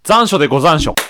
残暑でご残暑。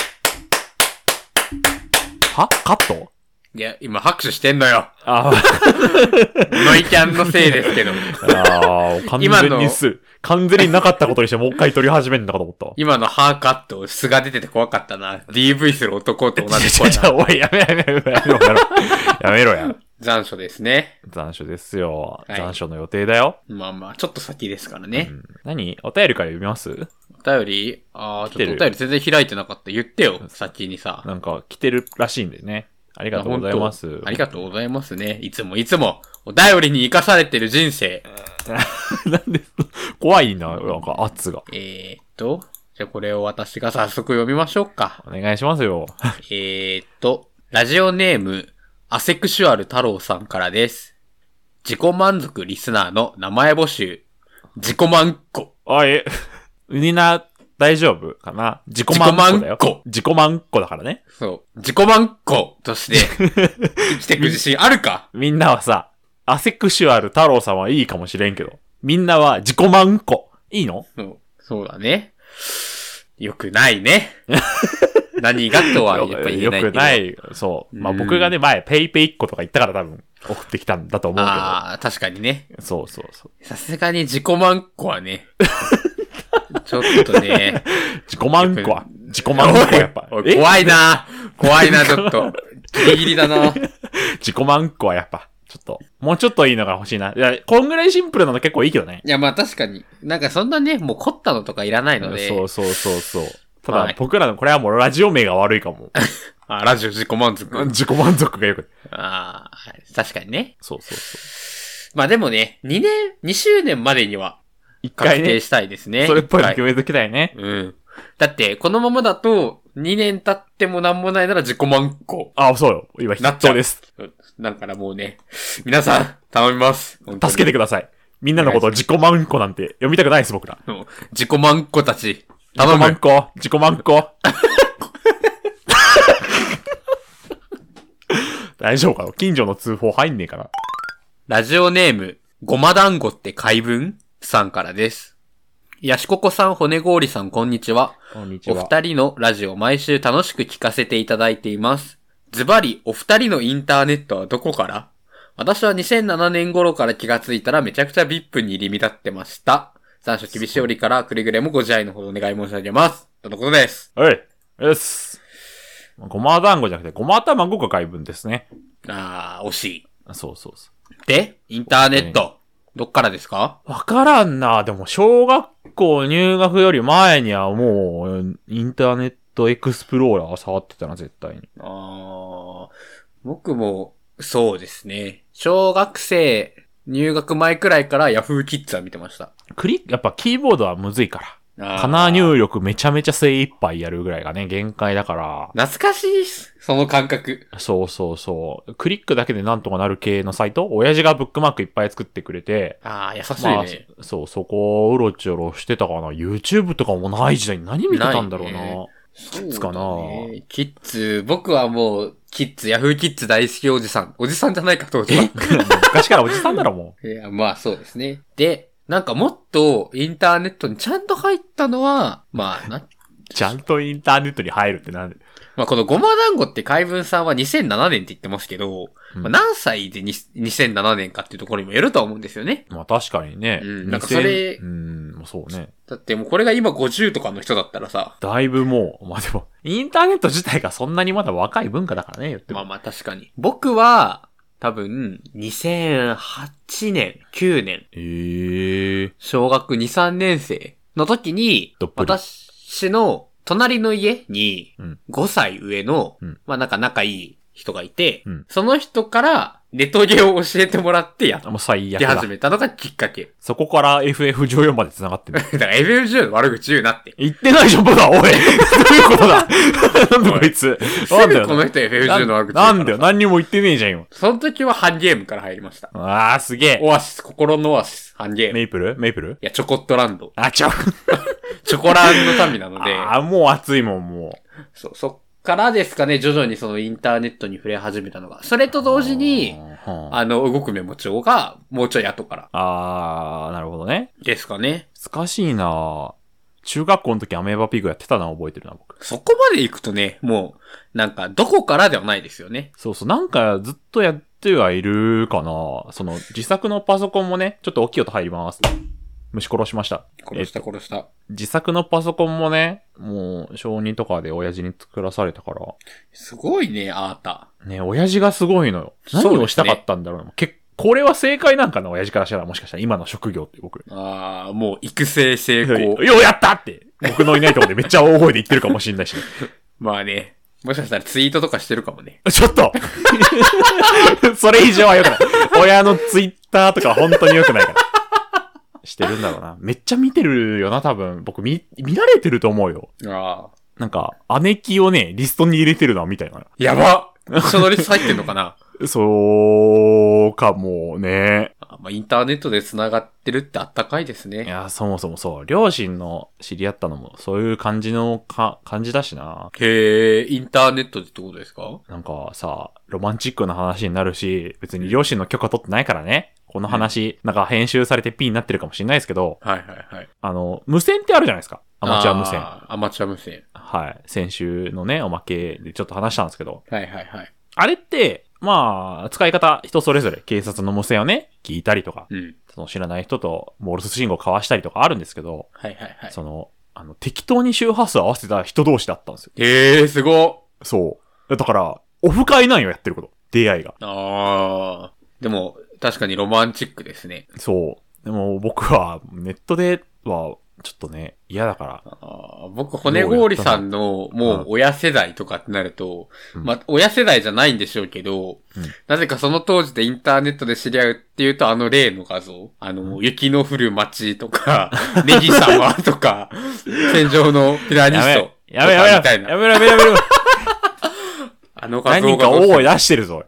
はカット？ いや、今拍手してんのよ。 あノイキャンのせいですけど。 あ、完全になかったことにしてもう一回撮り始めるんだかと思ったわ。 今のハーカット、素が出てて怖かったな。DV する男と同じ声だ。 おい、やめろや。 残暑ですね。 残暑ですよ。 はい残暑の予定だよ。 まあまあ、ちょっと先ですからね。 何？お便りから読みます？ お便りちょっとお便り全然開いてなかった。言ってよ、先にさ。 なんか来てるらしいんでね。ありがとうございます。 ありがとうございますね。いつも、お便りに生かされてる人生。 なんで、怖いな、なんか圧が。 じゃあこれを私が早速読みましょうか。 お願いしますよ。 ラジオネーム、アセクシュアル太郎さんからです。自己満足リスナーの名前募集。自己満個。 ウニナ大丈夫かな？自己満個だよ。自己満個だからね。 そう。自己満個として生きていく自信あるか？ みんなはさ、アセクシュアル太郎さんはいいかもしれんけど、みんなは自己満個。いいの？ そうだね。よくないね。何がとはやっぱ言えないけど。よくない。 そう。まあ僕がね、前、ペイペイ1個とか言ったから多分送ってきたんだと思うけど。 ああ、確かにね。 そう。 さすがに自己満個はね。ちょっとね。 自己満個はやっぱ。 怖いな、ちょっと。ギリギリだな。 自己満個はやっぱ。ちょっと、もうちょっといいのが欲しいな。いや、こんぐらいシンプルなの結構いいけどね。 いや、まあ確かに。なんかそんなね、もう凝ったのとかいらないので。 そう。ただ、僕らのこれはもうラジオ名が悪いかも。 ラジオ自己満足。 自己満足がよく。 確かにね。 そう。 まあでもね、2周年までには、 一回ね。 確定したいですね。 それっぽいの決めときたいね。 だって、このままだと、2年経ってもなんもないなら自己満個。 そうよ。今、必聴です。 だからもうね、皆さん、頼みます。 助けてください。みんなのことを自己満個なんて読みたくないです、僕ら。 自己満個たち。 頼む。自己満個。大丈夫かな？近所の通報入んねえかな？ ラジオネーム、ごま団子って怪文さんからです。やしここさん、骨氷さん、こんにちは。 こんにちは。 お二人のラジオ毎週楽しく聞かせていただいています。ズバリ、お二人のインターネットはどこから？私は2007年頃から気がついたらめちゃくちゃ VIP に入り浸ってました。残暑厳しい折からくれぐれもご自愛のほどお願い申し上げます。とのことです。 よし。ごま団子じゃなくて、ごま卵が怪文ですね。 惜しい。 そう。 で、インターネット、どっからですか？ わからんな。でも、小学校入学より前にはもう、インターネットエクスプローラー触ってたな、絶対に。 僕も、そうですね。小学生入学前くらいからヤフーキッズは見てました。 やっぱキーボードはむずいから。かな入力めちゃめちゃ精一杯やるぐらいがね、限界だから。 懐かしいっす。その感覚。 そう。クリックだけでなんとかなる系のサイト？親父がブックマークいっぱい作ってくれて。 優しいね。 そこをうろちょろしてたかな。YouTube とかもない時代に何見てたんだろうな。キッズかな。 キッズ、僕はもう、ヤフーキッズ大好きおじさん。おじさんじゃないか、当時は。 昔からおじさんだろ、もう。いや、まあそうですね。で、なんかもっとインターネットにちゃんと入ったのは、 ちゃんとインターネットに入るってなんで？ このごま団子って海文さんは2007年って言ってますけど、何歳で2007年かっていうところにもよるとは思うんですよね。 確かにね。 なんかそれ、 そうね。 だってもうこれが今50とかの人だったらさ。 だいぶもう、でも、インターネット自体がそんなにまだ若い文化だからね、言っても。 確かに。僕は、多分、2008年、9年。小学2、3年生の時に、私の隣の家に、5歳上の、なんか仲いい人がいて、その人からネトゲを教えてもらってやって始めたのがきっかけ。 そこから FF14 まで繋がってる。 だから FF14 の悪口言うなって。 言ってないじゃん、ボだ、おい。どういうことだ。なんでこいつ。 なんでこの人 FF14 の悪口言うなんだよ、何にも言ってねえじゃん、今。 その時はハンゲームから入りました。 すげえ。 オアシス、心のオアシス、ハンゲーム。 メイプルいや、チョコットランド。 チョコランの民なので。 もう熱いもん、もう。そっからですかね、徐々にそのインターネットに触れ始めたのが。それと同時に、動くメモ帳がもうちょい後から。 なるほどね。 ですかね。 難しいな中学校の時アメーバピグやってたのは覚えてるな、僕。 そこまで行くとね、もう、なんか、どこからではないですよね。 そうそう、なんかずっとやってはいるかな。その、自作のパソコンもね、ちょっと大きい音入ります。虫殺しました。 殺した。 自作のパソコンもね、もう、小2とかで親父に作らされたから。 すごいね、あーた。 ね、親父がすごいのよ。何をしたかったんだろうな。これは正解なんかな、親父からしたら、もしかしたら今の職業って僕。 ああ、もう育成成功。 ようやったって、僕のいないところでめっちゃ大声で言ってるかもしれないし、ね。 まあね、もしかしたらツイートとかしてるかもね。 ちょっとそれ以上は良くない。親のツイッターとか本当に良くないから。してるんだろうな。めっちゃ見てるよな、多分。僕見られてると思うよ。 ああ。 なんか、姉貴をね、リストに入れてるな、みたいな。 やばそのリスト入ってんのかなそうかもね。 まあ、インターネットで繋がってるってあったかいですね。 いや、そもそもそう。両親の知り合ったのも、そういう感じの感じだしな。 へえ、インターネットでってことですか？ なんかさ、ロマンチックな話になるし、別に両親の許可取ってないからね。この話、なんか編集されて P になってるかもしれないですけど。 はいはいはい。 無線ってあるじゃないですか。アマチュア無線。 アマチュア無線。 はい。先週のね、おまけでちょっと話したんですけど。 はいはいはい。 あれって、まあ、使い方人それぞれ警察の無線をね、聞いたりとか、 うん、 その知らない人とモールス信号交わしたりとかあるんですけど、 はいはいはい。 その、適当に周波数合わせた人同士だったんですよ。 すごっ。 そう。だから、オフ会なんよ、やってること。出会いが。 ああ。でも、確かにロマンチックですね。 そう。でも僕は、ネットでは、ちょっとね、嫌だから。 僕、骨氷さんの、もう、親世代とかってなると、 うん、 まあ、親世代じゃないんでしょうけど、うん、なぜかその当時でインターネットで知り合うっていうと、例の画像、雪の降る街とか、ネギ様とか、戦場のピラニスト。 やめろ。 あの画像が。 何か大声出してるぞ。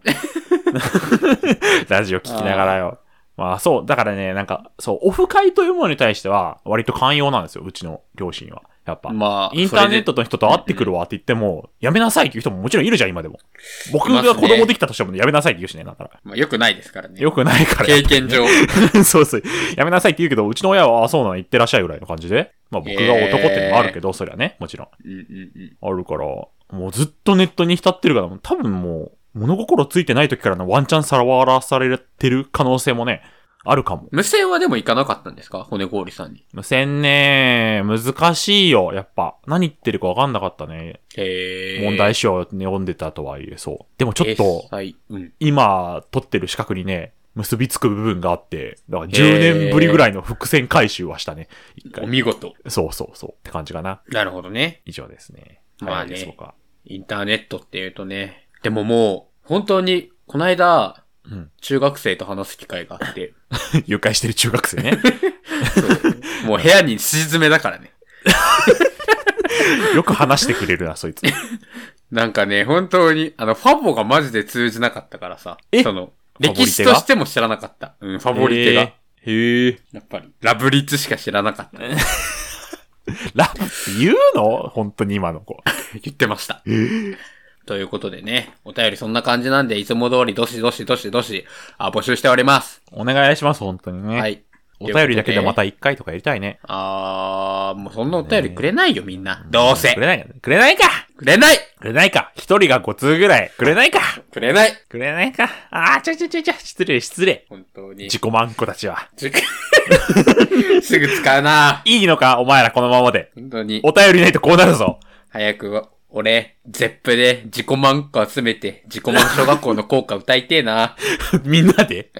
ラジオ聞きながらよ。まあそう、だからね、なんか、そう、オフ会というものに対しては、割と寛容なんですよ、うちの両親は。やっぱ。まあ、インターネットの人と会ってくるわって言っても、やめなさいっていう人ももちろんいるじゃん、今でも。僕が子供できたとしてもやめなさいって言うしね、だから。 まあ、よくないですからね。 よくないから。 経験上。 そう。やめなさいって言うけど、うちの親は、そうなの言ってらっしゃいぐらいの感じで。まあ僕が男っていうのもあるけど、そりゃね、もちろん。あるから、もうずっとネットに浸ってるから、多分もう、物心ついてない時からのワンチャンさらわらされてる可能性もね、あるかも。 無線はでも行かなかったんですか？骨氷さんに。 無線ね、難しいよ、やっぱ。何言ってるか分かんなかったね。問題集を読んでたとはいえ、そう。でもちょっと、今、取ってる資格にね、結びつく部分があって、だから10年ぶりぐらいの伏線回収はしたね。 お見事。 そう。って感じかな。 なるほどね。 以上ですね。 まあね、インターネットっていうとね、でももう、本当に、この間、中学生と話す機会があって。 誘拐してる中学生ね。 そう。もう部屋にすし詰めだからね。 よく話してくれるな、そいつ。 なんかね、本当に、ファボがマジで通じなかったからさ。歴史としても知らなかった。ファボリテが。やっぱり、ラブリッツしか知らなかった。 ラブって言うの？本当に今の子。 言ってました。ということでね、お便りそんな感じなんで、いつも通りどしどし募集しております。 お願いします、本当にね。 はい。 お便りだけでまた1回とかやりたいね。 もうそんなお便りくれないよ、みんな。どうせ。 くれないか。 くれないか。 一人が5通ぐらい。くれないか。 くれないか。失礼。 本当に。 自己満子たちは。 すぐ使うな。 いいのか、お前らこのままで。 本当に。 お便りないとこうなるぞ。 早く、俺、ゼップで自己満個集めて、自己満小学校の校歌歌いてえな。 みんなで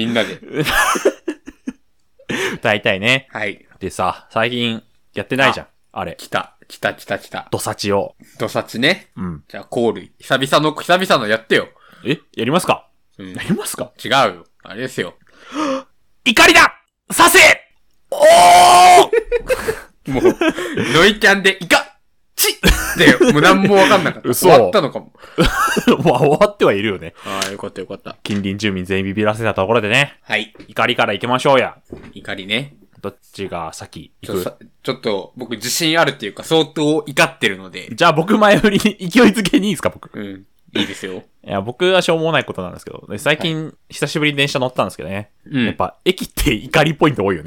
歌いたいね。 はい。 でさ、最近やってないじゃん。あれ。 来た。 ドサチを。 ドサチね。 うん。 じゃあ、コール。久々のやってよ。 やりますか？ やりますか？ 違うよ。あれですよ。 怒りだ！させ！おーもう、ノイキャンで、で、もう何もわかんなかった。終わったのかも。 もう終わってはいるよね。 ああ、よかった。 近隣住民全員ビビらせたところでね。 はい。 怒りから行きましょうや。 怒りね。 どっちが先行く？ ちょっと、僕自信あるっていうか、相当怒ってるので。 じゃあ僕前振りに勢いづけにいいですか、僕。 いいですよ。 いや、僕はしょうもないことなんですけど、最近、久しぶりに電車乗ったんですけどね。やっぱ、駅って怒りポイント多いよね。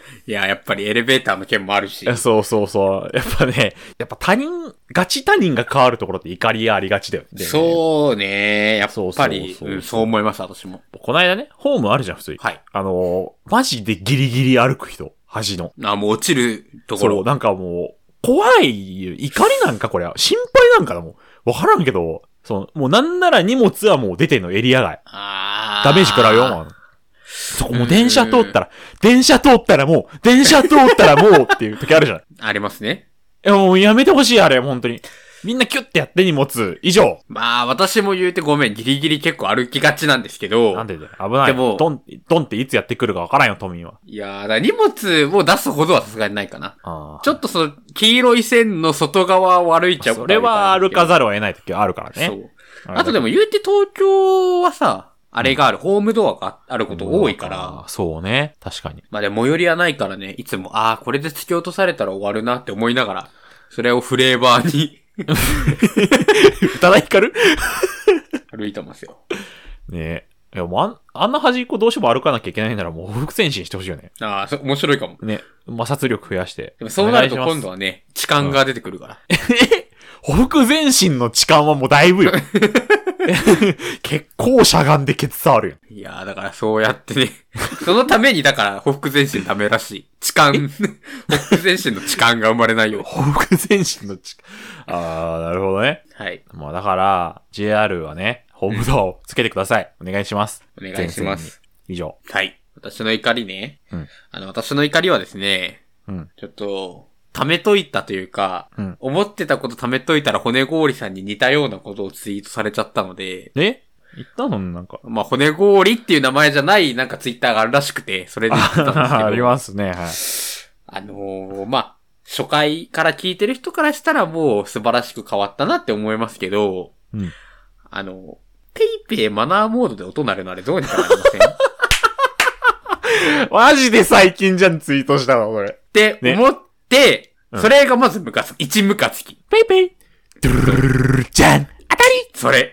いや、やっぱりエレベーターの件もあるし。 そうそうそう。やっぱね、ガチ他人が変わるところって怒りありがちだよね。 そうね。やっぱり、そう思います、私も。 この間ね、ホームあるじゃん、普通に。 はい。 マジでギリギリ歩く人、端の。 もう落ちるところ。 そう、なんかもう、怖い、怒りなんかこれは、心配なんかだもん。わからんけど、もうなんなら荷物はもう出てんの、エリア外。ダメージ食らうよ、そこもう電車通ったらもうっていう時あるじゃん。 ありますね。 もうやめてほしい、あれ、本当に。みんなキュッてやって荷物、以上。 私も言うてごめん、ギリギリ結構歩きがちなんですけど。 なんでだよ、危ない。でも、ドンっていつやってくるかわからんよ、都民は。 いやだ荷物を出すほどはさすがにないかな。ちょっと黄色い線の外側を歩いちゃうそれは歩かざるを得ない時はあるからね。そう。 あとでも言うて東京はさ、あれがある、ホームドアがあること多いから。 そうね。確かに。 でも最寄りはないからね、いつも、これで突き落とされたら終わるなって思いながら、それをフレーバーに宇多田ヒカル歩いてますよ。 ねえ。いや、もうあんな端っこどうしても歩かなきゃいけないならもう歩幅前進してほしいよね。 面白いかも。 ね。摩擦力増やして。 でもそうなると今度はね、痴漢が出てくるから。 歩幅前進の痴漢はもうだいぶよ。結構しゃがんでケツ触るよ。 いやだからそうやってね。そのためにだから歩幅前進ダメらしい。痴漢、歩幅前進の痴漢が生まれないように。 歩幅前進の痴漢。なるほどね。 はい。 だから、JR はね、ホームドアをつけてください。お願いします。 お願いします。 以上。 はい。私の怒りね。私の怒りはですね、ちょっと、貯めといたというか、思ってたこと貯めといたら骨氷さんに似たようなことをツイートされちゃったので。 言ったのなんか。 骨氷っていう名前じゃないなんかツイッターがあるらしくて、それで言ったんですけど。 ありますね、はい。 初回から聞いてる人からしたらもう素晴らしく変わったなって思いますけど、ペイペイマナーモードで音鳴るのあれどうにかなりません？ マジで最近じゃんツイートしたの、これ。 って思って、それがまず一ムカつき。 ペイペイドゥルルルルじゃん当たりそれ。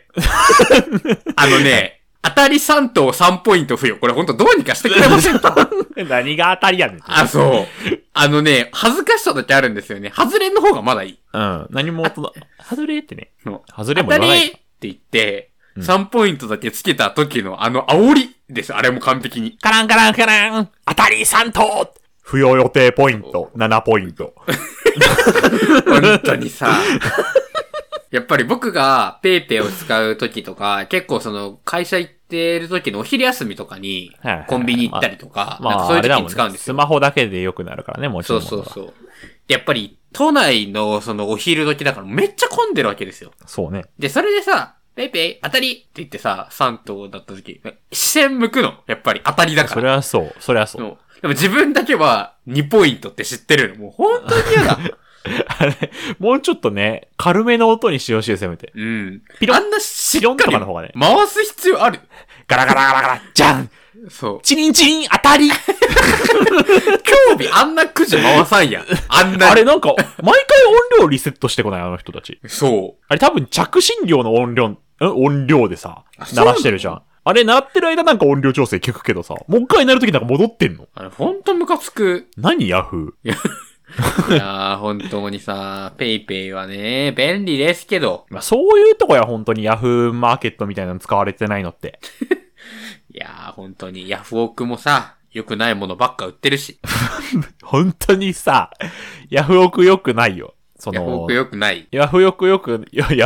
当たり3等3ポイント付与。これほんとどうにかしてくれませんか？ 何が当たりやねん。 そう。恥ずかしさだけあるんですよね。外れの方がまだいい。 何も外れってね。外れも言わない。 当たりって言って、3ポイントだけつけた時の煽りです。あれも完璧に。 カランカランカラン当たり3等付与予定ポイント7ポイント。 本当にさ。やっぱり僕がペイペイを使う時とか、結構会社行ってる時のお昼休みとかに、コンビニ行ったりとか、なんかそういう時に使うんですよ。 スマホだけで良くなるからね、もちろん。 そう。やっぱり、都内のお昼時だからめっちゃ混んでるわけですよ。 そうね。 で、それでさ、ペイペイ当たりって言ってさ、3等だった時、視線向くの。やっぱり当たりだから。 そりゃそう。 でも自分だけは2ポイントって知ってるの。もう本当に嫌だ。 あれ、もうちょっとね、軽めの音にしてほしいよ、せめて。 ピロン。あんなしっかりとかの方がね。 回す必要ある。 ガラガラガラガラ、じゃんそう。 チリンチリン当たり興味あんなくじ回さんや。 あれなんか、毎回音量リセットしてこないあの人たち。 そう。 あれ多分着信量の音量でさ、鳴らしてるじゃん。あれ鳴ってる間なんか音量調整聞くけどさ、もう一回鳴るときなんか戻ってんの？ ほんとムカつく。 何ヤフーいやー、本当にさ、ペイペイはね、便利ですけど。 そういうとこや、本当にヤフーマーケットみたいなの使われてないのって。 いやー、本当にヤフオクもさ、良くないものばっか売ってるし。 本当にさ、ヤフオク良くないよ。 ヤフオク良くない。 ヤフオク良く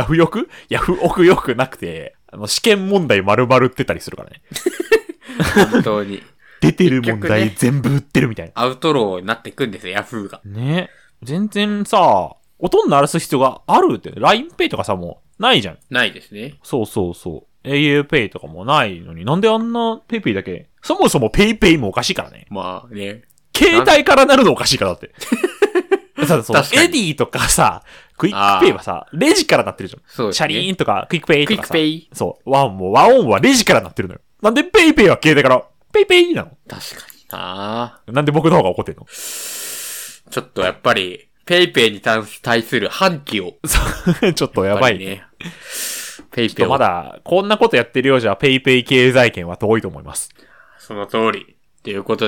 なくて、試験問題丸々売ってたりするからね。 本当に。 出てる問題全部売ってるみたいな。 アウトローになっていくんですよ、ヤフーが。 ね。全然さ、音鳴らす必要があるって。LINEPay とかさ、もうないじゃん。 ないですね。 そう。auPay とかもないのに、なんであんな PayPay だけ。そもそも PayPay もおかしいからね。 まあね。 携帯からなるのおかしいからだって。さ、そう、エディとかさ、クイックペイはさ、レジからなってるじゃん。 そうですね。 シャリーンとか、クイックペイとかさ。 クイックペイ。 そう。ワンはレジからなってるのよ。なんでペイペイは携帯から、ペイペイなの？ 確かにな。 なんで僕の方が怒ってんの？ ちょっとやっぱり、ペイペイに対する反旗を。 ちょっとやばいね。 ペイペイまだ、こんなことやってるようじゃ、ペイペイ経済圏は遠いと思います。 その通り。ということで、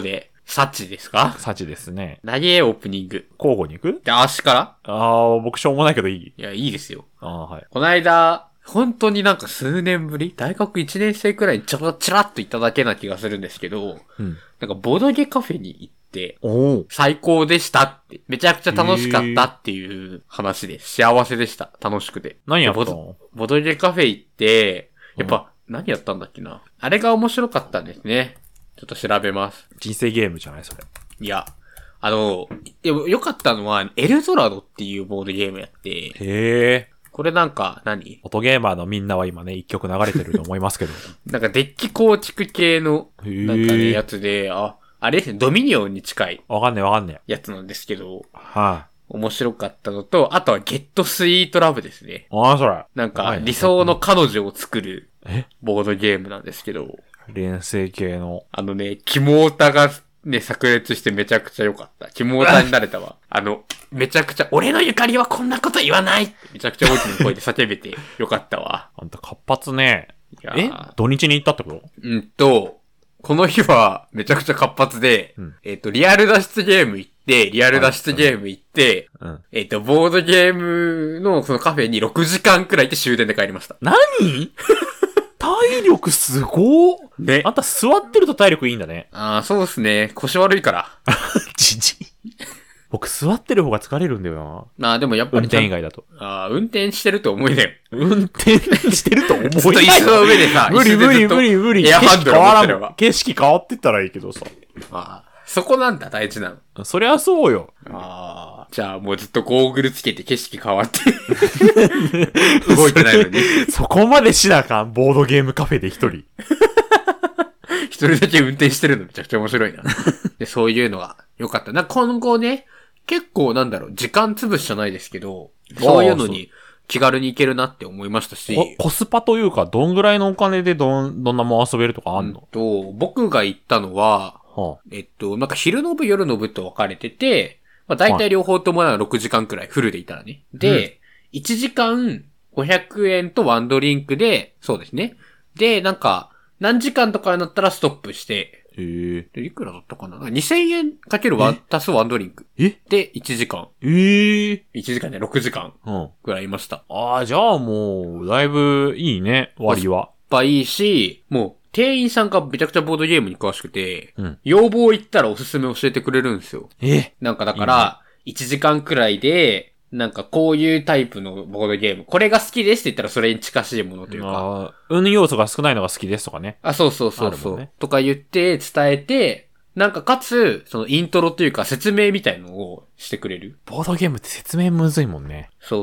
サチですか？ サチですね。 何オープニング。 交互に行く？ で、足から？ 僕しょうもないけどいい？ いや、いいですよ。 はい。 この間、本当になんか数年ぶり大学1年生くらいにチラッと行っただけな気がするんですけど、なんかボドゲカフェに行って、最高でしたって、めちゃくちゃ楽しかったっていう話です。幸せでした。楽しくて。 何やったの？ ボドゲカフェ行って、やっぱ、何やったんだっけな。あれが面白かったんですね。ちょっと調べます。 人生ゲームじゃないそれ。 いや、良かったのは、エルドラドっていうボードゲームやって。 へー。 これなんか何？ 音ゲーマーのみんなは今ね、一曲流れてると思いますけど。 なんかデッキ構築系の、なんかね、やつで、あれですね、ドミニオンに近い。 わかんねえ。 やつなんですけど。 はい、 面白かったのと、あとはゲットスイートラブですね。 それ。 なんか、理想の彼女を作る、ボードゲームなんですけど。 連成系の。 キモータがね、炸裂してめちゃくちゃ良かった。キモータになれたわ。めちゃくちゃ、俺のゆかりはこんなこと言わないってめちゃくちゃ大きな声で叫べてよかったわ。 あんた活発ね。土日に行ったってこと？ この日はめちゃくちゃ活発で、リアル脱出ゲーム行って、ボードゲームのそのカフェに6時間くらい行って終電で帰りました。 何？体力すごー。ね。あんた座ってると体力いいんだね。 そうですね。腰悪いから。 じじい。僕座ってる方が疲れるんだよな。でもやっぱり。 運転以外だと。 運転してると思いなよ。 運転してると思いなよ。 ずっと椅子の上でさ、 無理。 エアハンドル持ってれば。 景色変わってったらいいけどさ。 そこなんだ、大事なの。そりゃそうよ。 じゃあもうずっとゴーグルつけて景色変わって。動いてないのに。 そこまでしなあかん、ボードゲームカフェで一人。 一人だけ運転してるのめちゃくちゃ面白いな。で、そういうのが良かった。今後ね、結構時間潰しじゃないですけど、そういうのに気軽に行けるなって思いましたし。 コスパというか、どんぐらいのお金でどんなもん遊べるとかあんの？ 僕が行ったのは、なんか昼の部夜の部と分かれてて、大体両方とも6時間くらいフルでいたらね。で、1時間500円とワンドリンクで、そうですね。で、なんか、何時間とかになったらストップして、いくらだったかな ?2000 円かける足すワンドリンク。で、1時間。1時間で6時間くらいいました。 じゃあもう、だいぶいいね、割は。 いいし、もう、店員さんがめちゃくちゃボードゲームに詳しくて、要望言ったらおすすめ教えてくれるんですよ。なんかだから、1時間くらいで、なんかこういうタイプのボードゲーム、これが好きですって言ったらそれに近しいものというか。 運要素が少ないのが好きですとかね。 そう、ね。とか言って伝えて、なんかかつ、そのイントロというか説明みたいのをしてくれる。 ボードゲームって説明むずいもんね。 そう。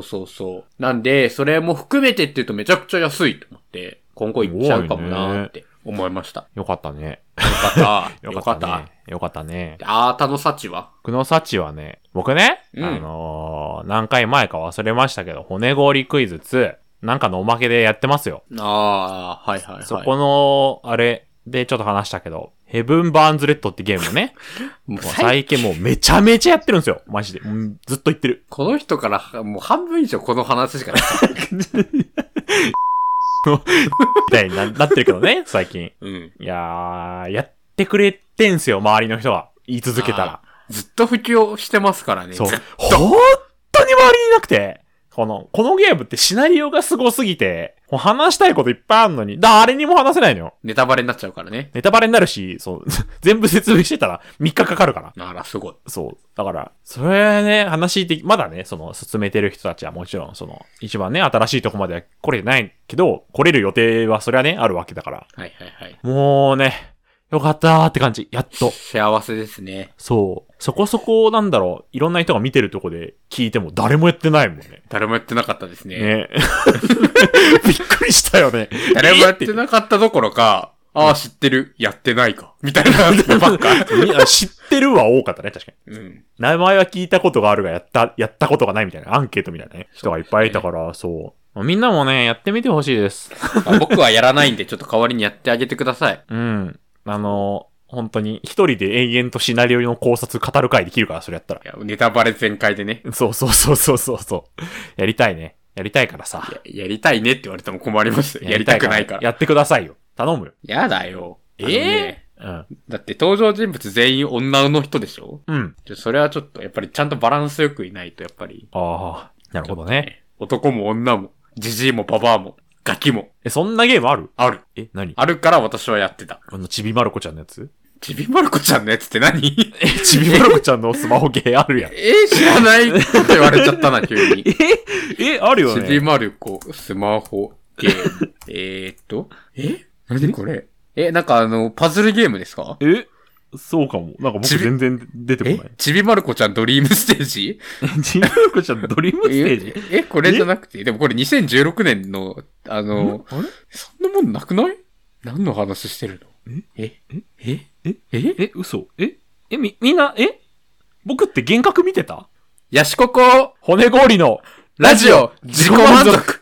なんで、それも含めてって言うとめちゃくちゃ安いと思って、今後行っちゃうかもなーって思いました。 よかったね。 よかった。 よかったね。 アータの幸は？ 僕の幸はね、僕ね、何回前か忘れましたけど、骨氷クイズ2、なんかのおまけでやってますよ。 はい。 そこの、あれでちょっと話したけど、ヘブン・バーンズ・レッドってゲームをね、もう最近もうめちゃめちゃやってるんですよ。マジで。ずっと言ってる。 この人からもう半分以上この話しかない。 みたいになってるけどね、最近。いやー、やってくれてんすよ、周りの人は。言い続けたら。 ずっと布教してますからね。 そう。本当に周りにいなくて、このゲームってシナリオがすごすぎて、話したいこといっぱいあるのに、誰にも話せないのよ。 ネタバレになっちゃうからね。 ネタバレになるし、全部説明してたら3日かかるから。 すごい。 そう。だから、それね、話で、まだね、進めてる人たちはもちろん、一番ね、新しいとこまでは来れないけど、来れる予定はそれはね、あるわけだから。もうね、よかったーって感じ。やっと。 幸せですね。 そう。そこそこいろんな人が見てるとこで聞いても誰もやってないもんね。 誰もやってなかったですね。 ね。びっくりしたよね。 誰もやってなかったどころか、知ってる、やってないか。みたいなばっか。 知ってるは多かったね、確かに。名前は聞いたことがあるが、やったことがないみたいな、アンケートみたいなね、人がいっぱいいたから、そう。みんなもね、やってみてほしいです。 僕はやらないんで、ちょっと代わりにやってあげてください。 本当に一人で延々とシナリオの考察語る回できるから、それやったら。 ネタバレ全開でね。 そう。やりたいね。やりたいからさ。 やりたいねって言われても困ります。やりたくないから。 やってくださいよ。頼むよ。 やだよ。 うん。 だって登場人物全員女の人でしょ？ うん。 それはちょっと、やっぱりちゃんとバランスよくいないと、やっぱり。 ああ、なるほどね。 男も女も、ジジイもババアも、ガキも。 そんなゲームある？ ある。 何？ あるから私はやってた。 ちびまる子ちゃんのやつ？ ちびまる子ちゃんのやつって何？ ちびまる子ちゃんのスマホゲーあるやん。 知らないって言われちゃったな、急に。 あるよね。 ちびまる子、スマホゲーム。何これ？なんかパズルゲームですか？ そうかも。なんか僕全然出てこない。 ちびまる子ちゃんドリームステージ？ ちびまる子ちゃんドリームステージ？ これじゃなくて、でもこれ2016年の、あれ？そんなもんなくない？何の話してるの？ 嘘？みんな、僕って幻覚見てた？ ヤシココ骨氷のラジオ自己満足。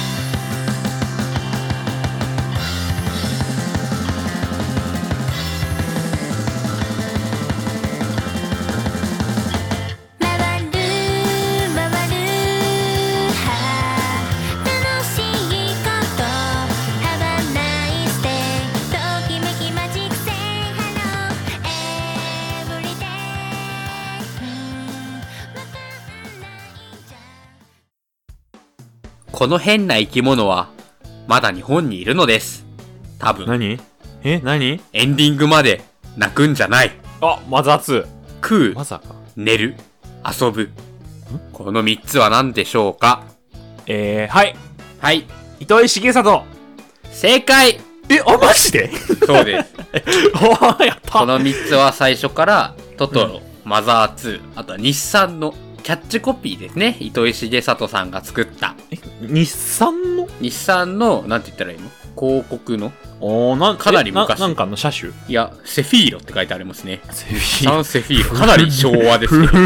この変な生き物は、まだ日本にいるのです。多分。 何？何？ エンディングまで泣くんじゃない。 まず熱。 食う。 まさか。 寝る。遊ぶ。この3つは何でしょうか？ はい。 はい。 糸井重里。 正解！ マジで？ そうです。 やった。 この3つは最初から、トトロ、マザー2、あとは日産のキャッチコピーですね。糸井重里さんが作った。 日産のなんて言ったらいいの？広告の。 かなり昔。なんかの車種？ いや、セフィーロって書いてありますね。 セフィーロ。 セフィーロ。かなり昭和ですね。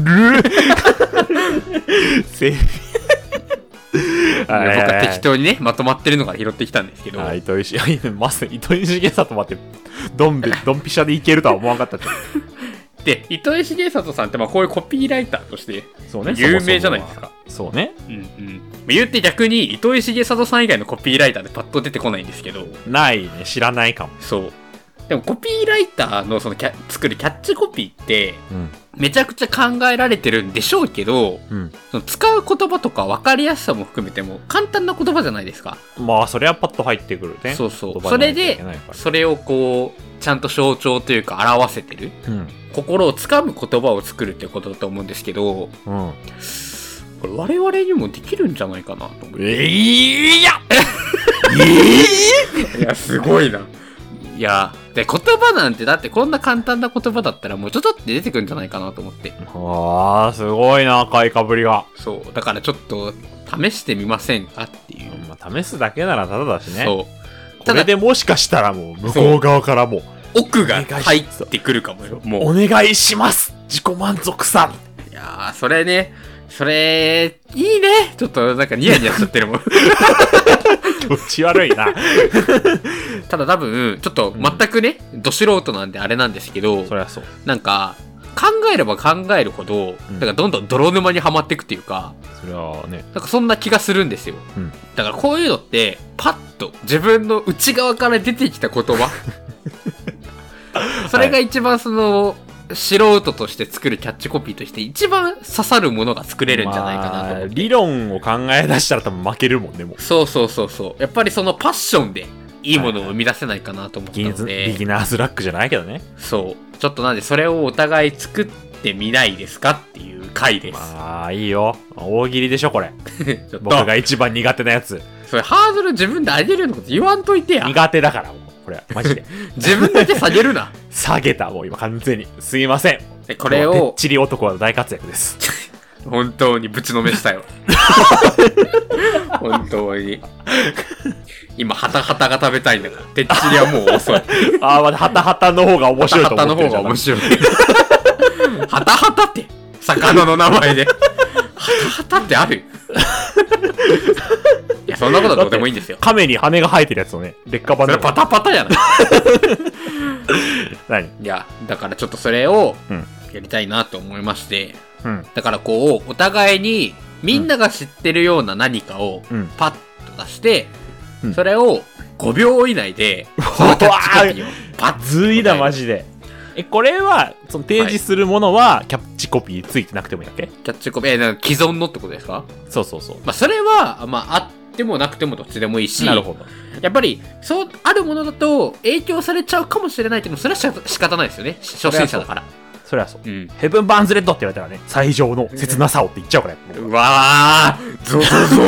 セフィーロ。 僕は適当にね、まとまってるのから拾ってきたんですけど。 まさに糸井重里まで、ドンピシャでいけるとは思わなかった。 で、糸井重里さんってこういうコピーライターとして有名じゃないですか。 そうね。 言って逆に糸井重里さん以外のコピーライターでパッと出てこないんですけど。 ないね、知らないかも。 そう。でもコピーライターの作るキャッチコピーって、めちゃくちゃ考えられてるんでしょうけど、その使う言葉とか分かりやすさも含めても簡単な言葉じゃないですか。 まあそれはパッと入ってくるね。 そう。それでそれをこうちゃんと象徴というか表せてる、心をつかむ言葉を作るっていうことだと思うんですけど、これ我々にもできるんじゃないかなと思って。いやすごいな。いや、で、言葉なんてだってこんな簡単な言葉だったらもうちょっとって出てくるんじゃないかなと思って。 すごいな、買いかぶりが。 そう。だからちょっと試してみませんかっていう。 試すだけならただだしね。 そう。 これでもしかしたらもう向こう側からも奥が入ってくるかもよ。もう。 お願いします、自己満足さん。 いやー、それね、いいね。ちょっとなんかニヤニヤしちゃってるもん。 気持ち悪いな。 ただ多分、ちょっと全くね、ど素人なんであれなんですけど、 そりゃそう。 なんか、考えれば考えるほど、なんかどんどん泥沼にはまっていくっていうか、 それはね。 なんかそんな気がするんですよ。だからこういうのって、パッと自分の内側から出てきた言葉。それが一番素人として作るキャッチコピーとして一番刺さるものが作れるんじゃないかなと思って。 理論を考え出したら多分負けるもんね、もう。 そう。やっぱりそのパッションでいいものを生み出せないかなと思ったので。 ビギナーズラックじゃないけどね。 そう。ちょっとなんでそれをお互い作ってみないですかっていう回です。 いいよ。大喜利でしょ、これ。僕が一番苦手なやつ。 それハードル自分で上げるのこと言わんといてや。 苦手だから、もう。これマジで自分だけ下げるな。 下げた、もう今完全にすいません。 これをてっちり男は大活躍です。 本当にぶちのめしたよ。本当に今ハタハタが食べたいんだから、てっちりはもう遅い。 まだハタハタの方が面白いと思ってるじゃん。 ハタハタの方が面白い。ハタハタって魚の名前でハタハタってある？いや、そんなことどうでもいいんですよ。 亀に羽が生えてるやつをね、劣化版で。それパタパタやな。 何？ いや、だからちょっとそれをやりたいなと思いまして、だからこうお互いにみんなが知ってるような何かをパッと出して、それを 5秒以内で、そのキャッチコピーをパッずいだ、マジで。これは、その提示するものは、キャッチコピーついてなくてもいいわけ？ キャッチコピー、既存のってことですか？ そうそうそう。 まあ、それは、まあ、あってもなくてもどっちでもいいし、 なるほど。 やっぱり、そう、あるものだと影響されちゃうかもしれないけど、それは仕方ないですよね。初心者だから。 それはそう。ヘブン・バーンズ・レッドって言われたらね、最上の切なさをって言っちゃうから。 うわー、ゾゾ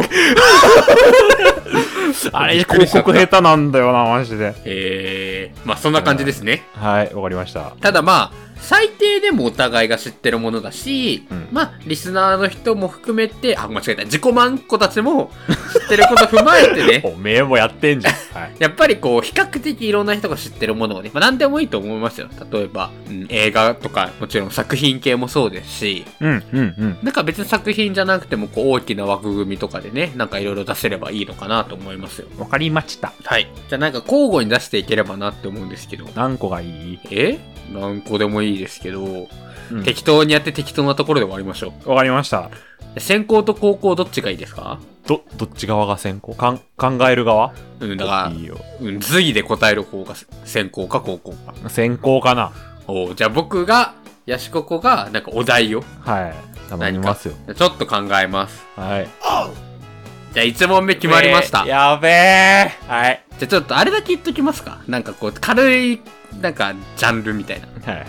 ゾ。 あれ、広告下手なんだよな、マジで。 まあそんな感じですね。 はい、わかりました。 ただまあ、最低でもお互いが知ってるものだし、まあ、リスナーの人も含めて、間違えた、自己満子たちも知ってること踏まえてね。 おめえもやってんじゃん。はい、 やっぱりこう、比較的いろんな人が知ってるものをね、まあ何でもいいと思いますよ。例えば、映画とか、もちろん作品系もそうですし、なんか別に作品じゃなくても、こう、大きな枠組みとかでね、なんかいろいろ出せればいいのかなと思いますよ。 わかりました。 はい。じゃあなんか交互に出していければなって思うんですけど。 何個がいい？ 何個でもいいですけど、適当にやって適当なところで終わりましょう。わかりました。 先行と後攻どっちがいいですか？ どっち側が先行？考える側？ だから、いいよ。随で答える方が先行か後攻か。 先行かな。 じゃあ僕が、ヤシココが、なんかお題を。 はい。頼みますよ。 ちょっと考えます。 はい。 じゃあ1問目決まりました。 やべえ。はい。 じゃあちょっとあれだけ言っときますか。なんかこう、軽い、なんか、ジャンルみたいな。 はいはい。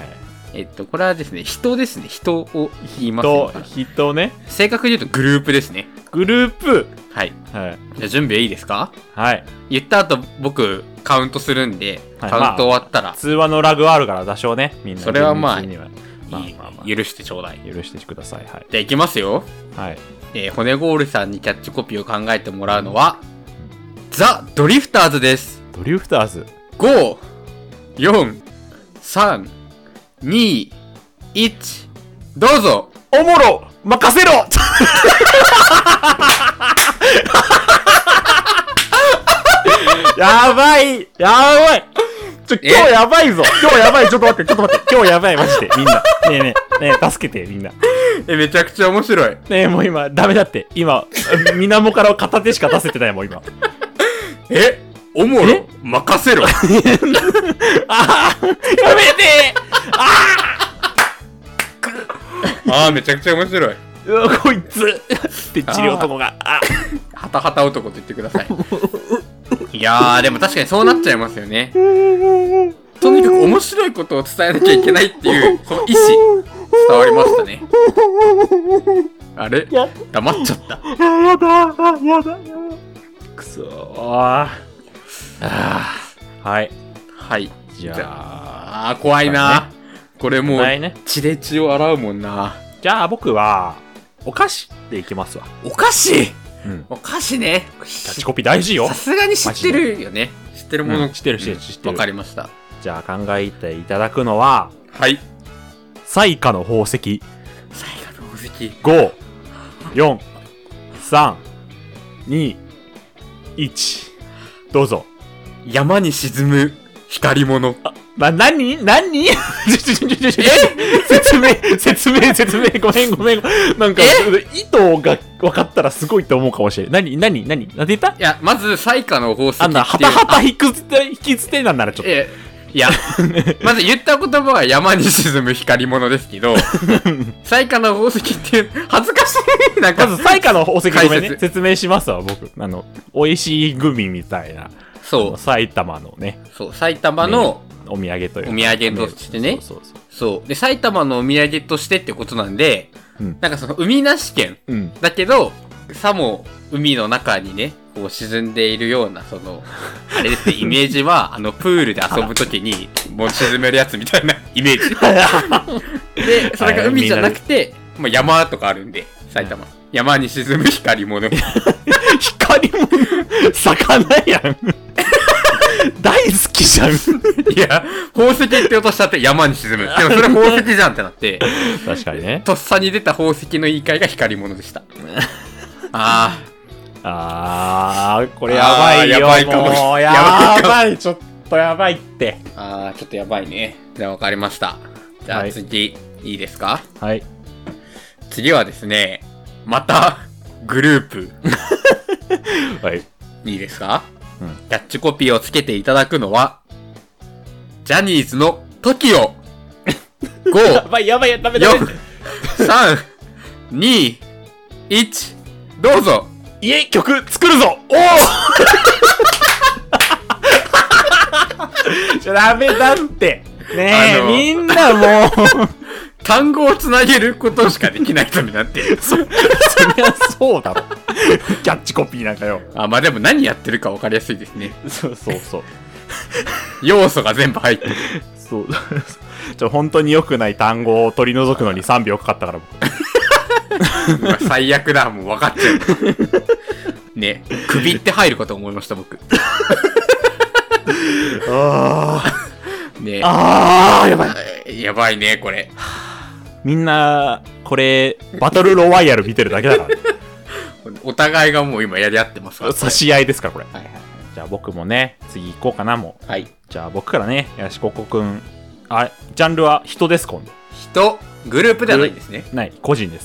これはですね、人ですね。人を言います。 人ね。 正確に言うとグループですね。 グループ。 はい。 はい。 じゃあ準備いいですか？ はい。 言った後僕カウントするんで、カウント終わったら。 通話のラグはあるから多少ね、みんな。 それはまあ、許してちょうだい。 許してください。はい。 じゃあ行きますよ。 はい。 骨ゴールさんにキャッチコピーを考えてもらうのは、ザ・ドリフターズです。 ドリフターズ。 5、4、3、2、1、どうぞ。 おもろ任せろやばい今日やばいぞ今日やばいちょっと待って今日やばいマジでみんなねえ助けてみんなめちゃくちゃ面白いねえもう今ダメだって今水面から片手しか出せてないもん今おもろ任せろやめてめちゃくちゃ面白い。 うわこいつてっちり男がはたはた男と言ってください。いやーでも確かにそうなっちゃいますよね。とにかく面白いことを伝えなきゃいけないっていうその意思伝わりましたね。あれ黙っちゃった。 やだくそーはいじゃあ怖いな、これもう血で血を洗うもんな。 じゃあ僕はお菓子でいきますわ。 お菓子、お菓子ね。 キャッチコピー大事よ。 さすがに知ってるよね。知ってるもの、 知ってるわかりました。 じゃあ考えていただくのは彩花の宝石。5、4、3、2、1どうぞ。 山に沈む光り物。 何説明ごめん。なんか、意図が分かったらすごいと思うかもしれない。何なんて言った？いや、まず、彩花の宝石っていう。 はたはた引き捨てなんならちょっと。 いや、まず言った言葉は山に沈む光り物ですけど、彩花の宝石っていう、恥ずかしい。なんかまず彩花の宝石ごめんね。説明しますわ、僕。美味しいグミみたいな。 そう。 埼玉のね。 そう、埼玉の、 お土産というか。 お土産としてね。そう。で、埼玉のお土産としてってことなんで、なんかその海なし県。だけど、さも海の中にね、こう沈んでいるような、その、あれですね、イメージは、プールで遊ぶときに、もう沈めるやつみたいなイメージ。で、それが海じゃなくて、まあ、山とかあるんで、埼玉。山に沈む光り物。 光り物魚やん。大好きじゃん。 いや、宝石って落としたって山に沈む。でもそれ宝石じゃんってなって。 確かにね。 とっさに出た宝石の言い換えが光り物でした。 これやばいよ。やばいかも。やばい、ちょっとやばいって。 ちょっとやばいね。じゃあ分かりました。じゃあ次、いいですか？ はい。 次はですね、また、グループ。 はい。 いいですか？ キャッチコピーをつけていただくのは、ジャニーズの TOKIO 5、 やばい、ダメ。 4、3、2、1、どうぞ。 曲作るぞ。おおダメだって。ねえ、みんなもう。 単語をつなげることしかできない人になってる。 そりゃそうだろ。キャッチコピーなんかよ。 まあでも何やってるか分かりやすいですね。 そう。 要素が全部入ってる。 そう。本当に良くない単語を取り除くのに3秒かかったから僕。最悪だ、もう分かっちゃう。ね、首って入るかと思いました、僕。ね、やばい。やばいね、これ。 みんな、これ、バトルロワイヤル見てるだけだから。 お互いがもう今やり合ってますから。 差し合いですから、これ。 はい。 じゃあ僕もね、次行こうかな、もう。 はい。 じゃあ僕からね、ヤシココくん。ジャンルは人です、今度。 人、グループではないんですね。 ない、個人です。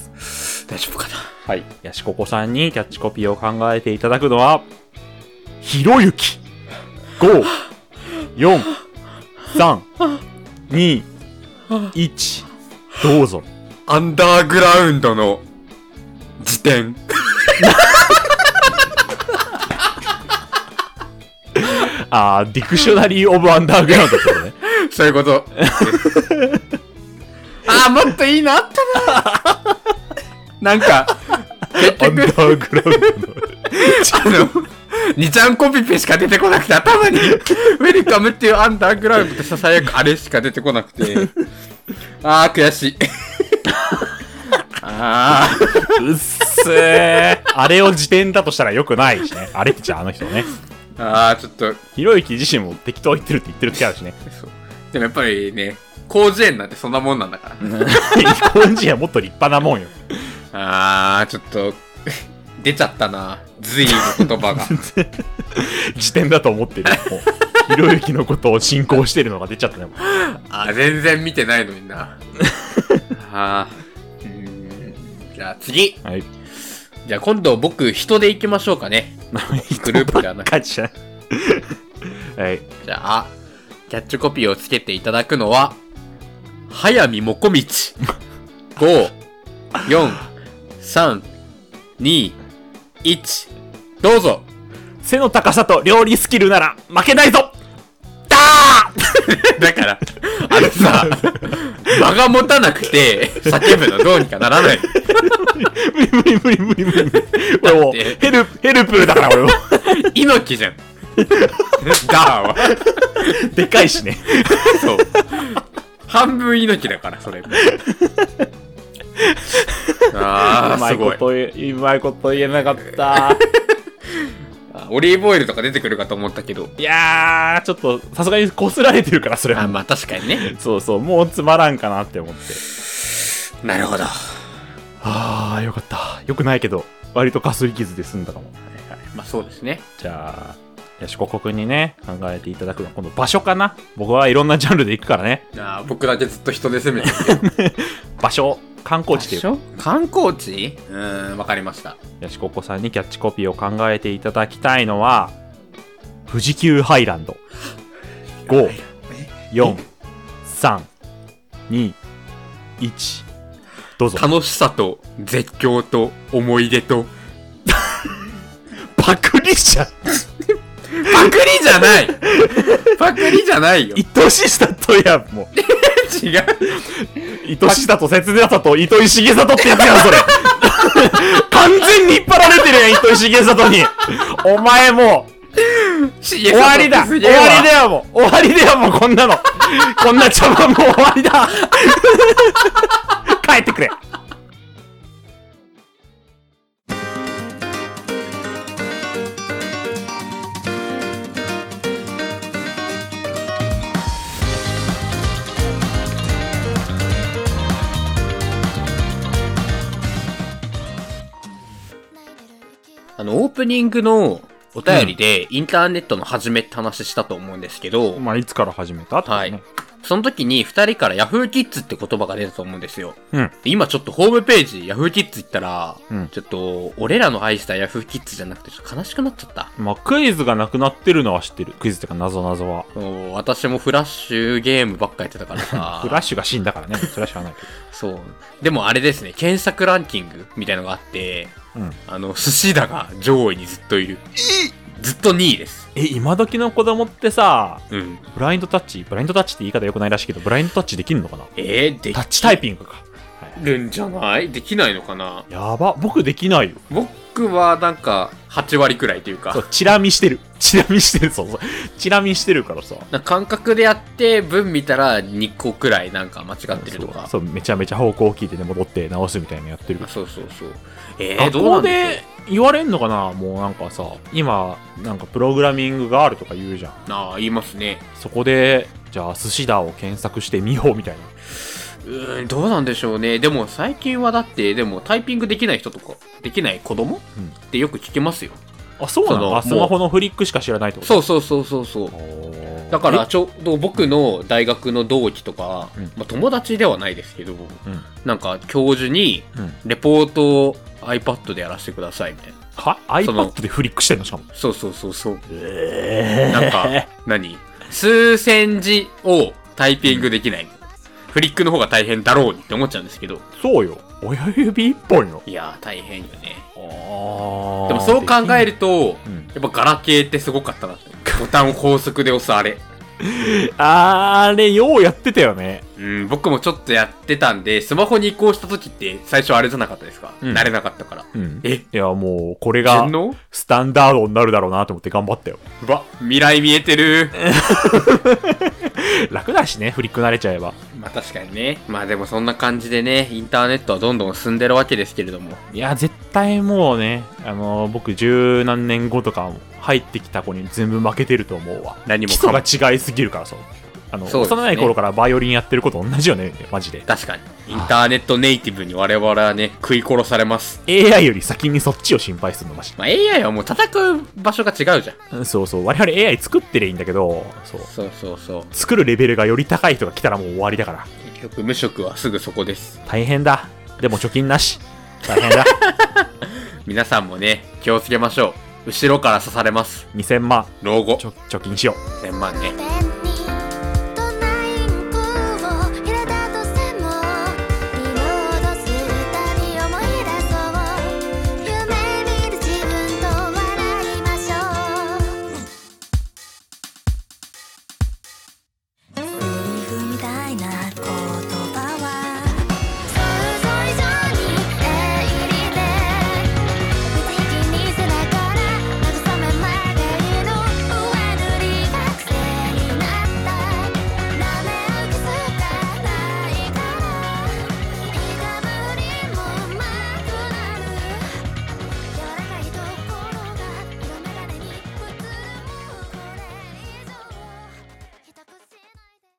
大丈夫かな。はい。 ヤシココさんにキャッチコピーを考えていただくのは、ひろゆき。5、4、3、2、1、どうぞ。 アンダーグラウンドの辞典。 ディクショナリー・オブ・アンダーグラウンドってことね。 そういうこと。もっといいのあったな。なんか、結局、 アンダーグラウンドの。 2ちゃんコピペしか出てこなくて、頭に、ウェルカムっていうアンダーグラウンドで囁くあれしか出てこなくて、悔しい。 うっせー。あれを辞典だとしたらよくないしね。あれってじゃあの人ね。 ちょっと。 ひろゆき自身も適当言ってるって言ってる時あるしね。 そう。でもやっぱりね、広辞苑なんてそんなもんなんだから。 広辞苑はもっと立派なもんよ。 ちょっと、出ちゃったな。随意の言葉が。 辞典だと思ってる。もうひろゆきのことを信仰してるのが出ちゃったね。 全然見てないのにな。じゃあ次。 はい。 じゃあ今度僕人で行きましょうかね。グループではなく。 はい。 じゃあ、キャッチコピーをつけていただくのは、早見もこみち。5、4、3、2、1、どうぞ。 背の高さと料理スキルなら負けないぞ。 だから、さ、間が持たなくて、叫ぶのどうにかならない。 無理。俺もう、ヘルプだから俺も。 猪木じゃん。ダーは。 でかいしね。 そう。半分猪木だから、それ。すごい。 うまいこと言えなかった。 オリーブオイルとか出てくるかと思ったけど。 いやー、ちょっと、さすがに擦られてるから、それは。 まあ確かにね。 そう、もうつまらんかなって思って。 なるほど。 よかった。よくないけど、割とかすり傷で済んだかも。 まあそうですね。 じゃあ、ヤシココくんにね、考えていただくのは今度場所かな。僕はいろんなジャンルで行くからね。 僕だけずっと人で攻めてる。 場所、観光地っていう。 観光地？わかりました。 ヤシココさんにキャッチコピーを考えていただきたいのは、富士急ハイランド。5、4、3、2、1、どうぞ。 楽しさと絶叫と思い出と。 パクリじゃん。 パクリじゃない。パクリじゃないよ。 愛しさとやん、もう。 違う。 愛しさと切なさと糸井重里ってやつやん、それ。完全に引っ張られてるやん、糸井重里に。お前もう、終わりだ。終わりだよ、もう。終わりだよ、もう、こんなの。こんな茶番もう終わりだ。帰ってくれ。 オープニングのお便りでインターネットの始めって話したと思うんですけど、 いつから始めたってね。 その時に2人からヤフーキッズって言葉が出たと思うんですよ。 うん。 今ちょっとホームページヤフーキッズ行ったら、 うん、 ちょっと俺らの愛したヤフーキッズじゃなくてちょっと悲しくなっちゃった。 まあ、クイズがなくなってるのは知ってる。クイズってか謎は。 私もフラッシュゲームばっかやってたからさ。 フラッシュが死んだからね。それは知らないけど。 そう。でもあれですね、検索ランキングみたいのがあって、 うん。 寿司だが上位にずっといる。ずっと2位です。 今時の子供ってさ、 うん。 ブラインドタッチって言い方良くないらしいけど、ブラインドタッチできるのかな？ タッチタイピングか。 るんじゃない？できないのかな？ やば、僕できないよ。 僕はなんか、8割くらいというか。 そう、チラ見してる、そう。チラ見してるからさ。 感覚でやって、文見たら2個くらいなんか間違ってるとか。 そう、めちゃめちゃ方向を聞いてね、戻って直すみたいなのやってる。 そう。 学校で言われんのかな？もうなんかさ、今、なんかプログラミングがあるとか言うじゃん。 ああ、言いますね。 そこで、じゃあ寿司だを検索してみようみたいな。 どうなんでしょうね。でも最近はだって、でもタイピングできない人とか、できない子供、ってよく聞きますよ。 あ、そうなの？スマホのフリックしか知らないってこと？ そう。だからちょうど僕の大学の同期とか、友達ではないですけど、なんか教授にレポートを iPad でやらせてくださいみたいな。 は？ iPad でフリックしてんの？しかも。 そう。なんか、数千字をタイピングできない。フリックの方が大変だろうにって思っちゃうんですけど。 そうよ。親指一本よ。 いやー、大変よね。でもそう考えると、やっぱガラケーってすごかったなって。ボタンを高速で押すあれ。 あれ、ようやってたよね。 僕もちょっとやってたんで、スマホに移行した時って最初あれじゃなかったですか？慣れなかったから。 いや、もう、これがスタンダードになるだろうなと思って頑張ったよ。 うわ、未来見えてる。 楽だしね、フリック慣れちゃえば。 まあ確かにね。まあでもそんな感じでね、インターネットはどんどん進んでるわけですけれども。 いや、絶対もうね、僕十何年後とか入ってきた子に全部負けてると思うわ。 何も基礎が違いすぎるからそう。幼い頃からバイオリンやってること同じよね、マジで。 確かに。インターネットネイティブに我々はね、食い殺されます。 AI より先にそっちを心配するの、マジで。 まあ、AI はもう叩く場所が違うじゃん。 そう。我々 AI 作ってりゃいいんだけど、 そう。 作るレベルがより高い人が来たらもう終わりだから。 結局、無職はすぐそこです。 大変だ。でも貯金なし。大変だ。 皆さんもね、気をつけましょう。後ろから刺されます。 2000万。 老後。 貯金しよう。 1000万ね。